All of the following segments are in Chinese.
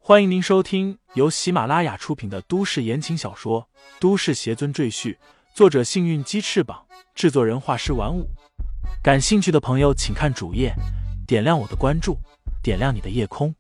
欢迎您收听由喜马拉雅出品的都市言情小说《都市邪尊赘婿》，作者幸运鸡翅膀，制作人画师玩五。感兴趣的朋友请看主页，点亮我的关注，点亮你的夜空。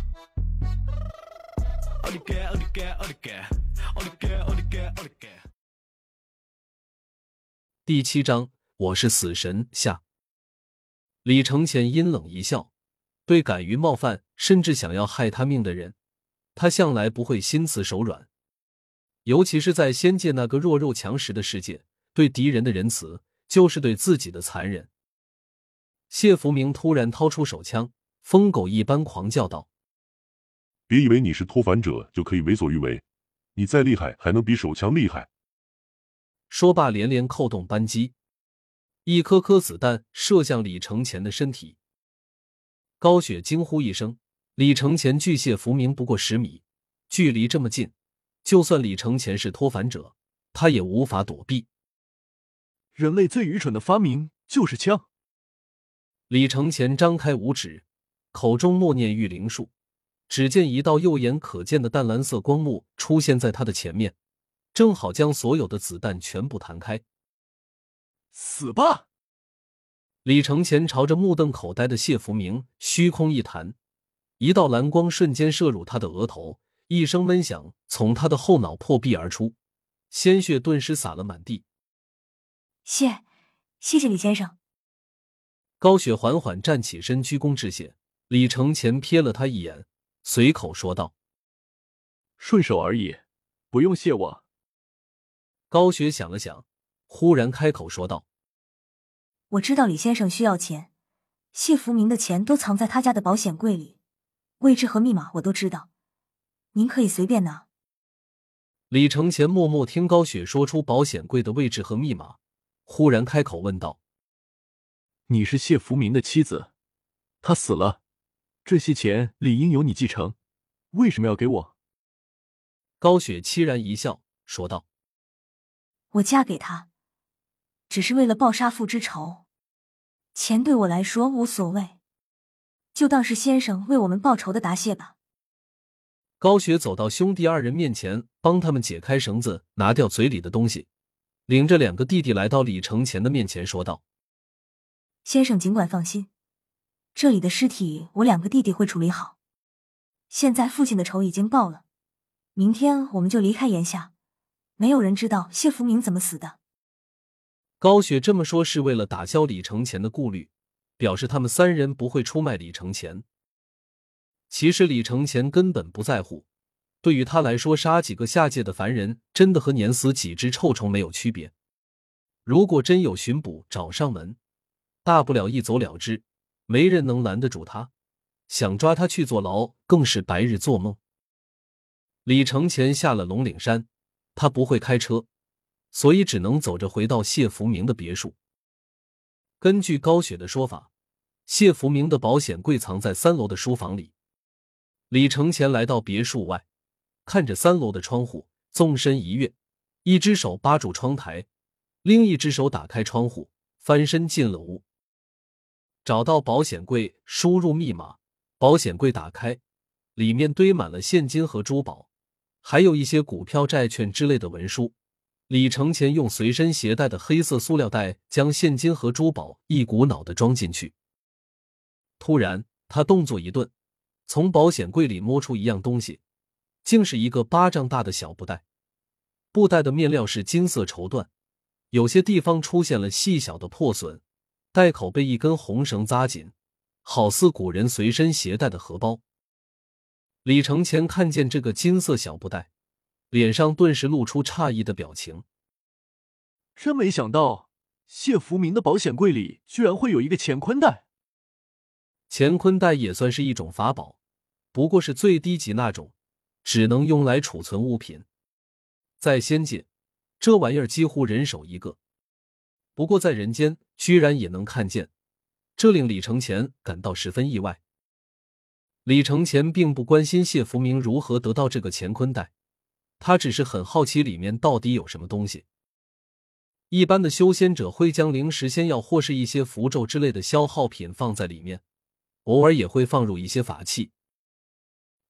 第7章，我是死神下。李承前阴冷一笑，对敢于冒犯甚至想要害他命的人，他向来不会心慈手软。尤其是在仙界那个弱肉强食的世界，对敌人的仁慈就是对自己的残忍。谢福明突然掏出手枪，疯狗一般狂叫道： 别以为你是脱凡者就可以为所欲为，你再厉害还能比手枪厉害。 说罢连连扣动扳机，一颗颗子弹射向李承前的身体。高雪惊呼一声，李承前距谢福明不过10米，距离这么近，就算李承前是脱凡者，他也无法躲避。 人类最愚蠢的发明就是枪。 李承前张开五指，口中默念御灵术，只见一道肉眼可见的淡蓝色光幕出现在他的前面，正好将所有的子弹全部弹开。 死吧！ 李承前朝着目瞪口呆的谢福明虚空一弹，一道蓝光瞬间射入他的额头，一声闷响从他的后脑破壁而出，鲜血顿时洒了满地。 谢谢李先生。 高雪缓缓站起身鞠躬致谢，李承前瞥了他一眼，随口说道： 顺手而已，不用谢我。 高雪想了想，忽然开口说道： 我知道李先生需要钱，谢福明的钱都藏在他家的保险柜里，位置和密码我都知道，您可以随便拿。 李承前默默听高雪说出保险柜的位置和密码，忽然开口问道： 你是谢福明的妻子，他死了，这些钱理应由你继承，为什么要给我？ 高雪凄然一笑，说道： 我嫁给他，只是为了报杀父之仇，钱对我来说无所谓，就当是先生为我们报仇的答谢吧。 高雪走到兄弟二人面前，帮他们解开绳子，拿掉嘴里的东西，领着2个弟弟来到李承前的面前，说道： 先生尽管放心，这里的尸体我2个弟弟会处理好。现在父亲的仇已经报了，明天我们就离开炎夏，没有人知道谢福明怎么死的。 高雪这么说是为了打消李承前的顾虑，表示他们3人不会出卖李承前。其实李承前根本不在乎，对于他来说，杀几个下界的凡人真的和碾死几只臭虫没有区别。如果真有巡捕找上门，大不了一走了之，没人能拦得住他，想抓他去坐牢更是白日做梦。李承前下了龙岭山，他不会开车，所以只能走着回到谢福明的别墅。根据高雪的说法，谢福明的保险柜藏在3楼的书房里。李承前来到别墅外，看着3楼的窗户，纵身一跃，一只手扒住窗台，另一只手打开窗户，翻身进了屋。找到保险柜，输入密码，保险柜打开，里面堆满了现金和珠宝，还有一些股票债券之类的文书。李承前用随身携带的黑色塑料袋将现金和珠宝一股脑地装进去。突然他动作一顿，从保险柜里摸出一样东西，竟是一个巴掌大的小布袋。布袋的面料是金色绸缎，有些地方出现了细小的破损，袋口被一根红绳扎紧，好似古人随身携带的荷包。李承前看见这个金色小布袋，脸上顿时露出诧异的表情。 真没想到，谢福明的保险柜里居然会有一个乾坤袋。 乾坤袋也算是一种法宝，不过是最低级那种，只能用来储存物品。在仙界，这玩意儿几乎人手一个，不过在人间居然也能看见，这令李承前感到十分意外。李承前并不关心谢福明如何得到这个乾坤袋，他只是很好奇里面到底有什么东西。一般的修仙者会将灵石仙药或是一些符咒之类的消耗品放在里面，偶尔也会放入一些法器。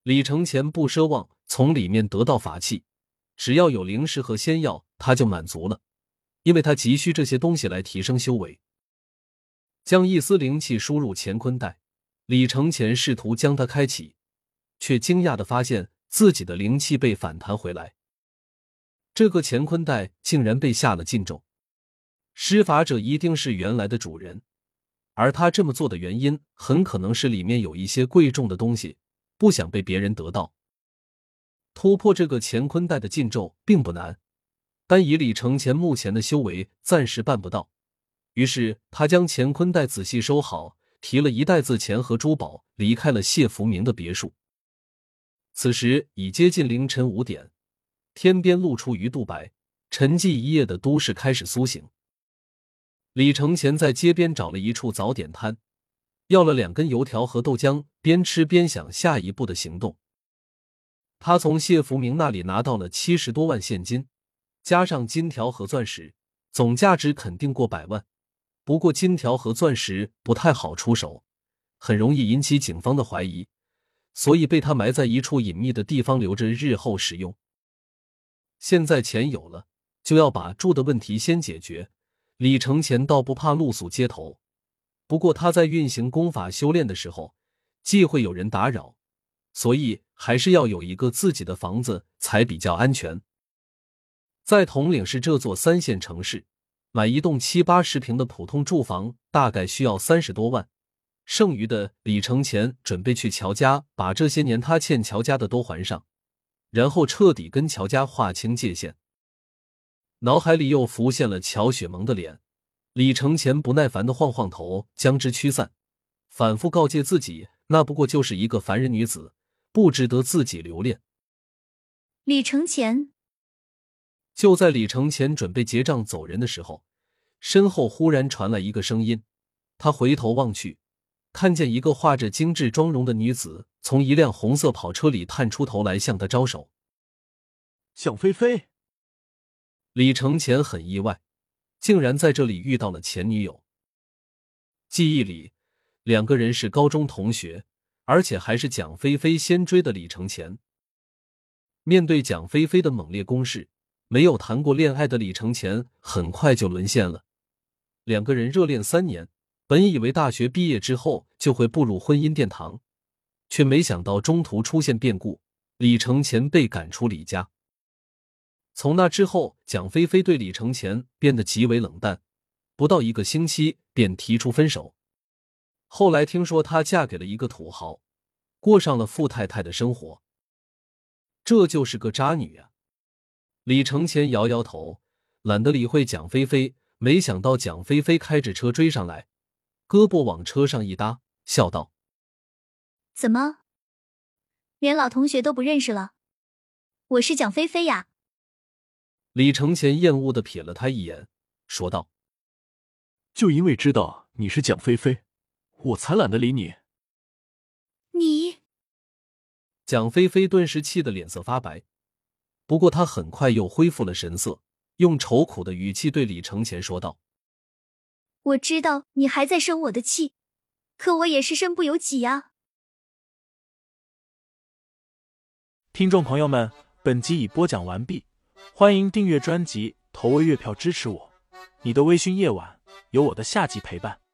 李承前不奢望从里面得到法器，只要有灵石和仙药他就满足了，因为他急需这些东西来提升修为。将一丝灵气输入乾坤袋，李承前试图将它开启，却惊讶地发现自己的灵气被反弹回来。这个乾坤袋竟然被下了禁咒，施法者一定是原来的主人，而他这么做的原因很可能是里面有一些贵重的东西，不想被别人得到。突破这个乾坤袋的禁咒并不难，但以李承前目前的修为暂时办不到。于是他将乾坤袋仔细收好，提了一袋子钱和珠宝，离开了谢福明的别墅。此时已接近凌晨5点，天边露出鱼肚白，沉寂一夜的都市开始苏醒。李承前在街边找了一处早点摊，要了2根油条和豆浆，边吃边想下一步的行动。他从谢福明那里拿到了70多万现金，加上金条和钻石，总价值肯定过100万。不过金条和钻石不太好出手，很容易引起警方的怀疑，所以被他埋在一处隐秘的地方留着日后使用。现在钱有了，就要把住的问题先解决。李承前倒不怕露宿街头，不过他在运行功法修炼的时候，忌讳有人打扰，所以还是要有一个自己的房子才比较安全。在统领市这座3线城市，买一栋70-80平的普通住房大概需要30多万，剩余的李承前准备去乔家把这些年他欠乔家的都还上，然后彻底跟乔家划清界限。脑海里又浮现了乔雪萌的脸，李承前不耐烦地晃晃头将之驱散，反复告诫自己那不过就是一个凡人女子，不值得自己留恋。 李承前。 就在李承前准备结账走人的时候，身后忽然传来一个声音。他回头望去，看见一个画着精致妆容的女子从一辆红色跑车里探出头来向他招手。 蒋菲菲。 李承前很意外，竟然在这里遇到了前女友。记忆里2个人是高中同学，而且还是蒋菲菲先追的李承前。面对蒋菲菲的猛烈攻势，没有谈过恋爱的李承前很快就沦陷了。2个人热恋3年，本以为大学毕业之后就会步入婚姻殿堂，却没想到中途出现变故，李承前被赶出李家。从那之后，蒋菲菲对李承前变得极为冷淡，不到1个星期便提出分手。后来听说她嫁给了一个土豪，过上了富太太的生活。这就是个渣女啊！李承前摇摇头，懒得理会蒋菲菲，没想到蒋菲菲开着车追上来，胳膊往车上一搭，笑道： 怎么，连老同学都不认识了？我是蒋菲菲呀。 李承前厌恶地瞥了他一眼，说道： 就因为知道你是蒋菲菲，我才懒得理你。 你…… 蒋菲菲顿时气得脸色发白，不过她很快又恢复了神色，用愁苦的语气对李承前说道： 我知道你还在生我的气，可我也是身不由己呀。 听众朋友们，本集已播讲完毕，欢迎订阅专辑，投喂月票支持我。你的微醺夜晚，有我的下集陪伴。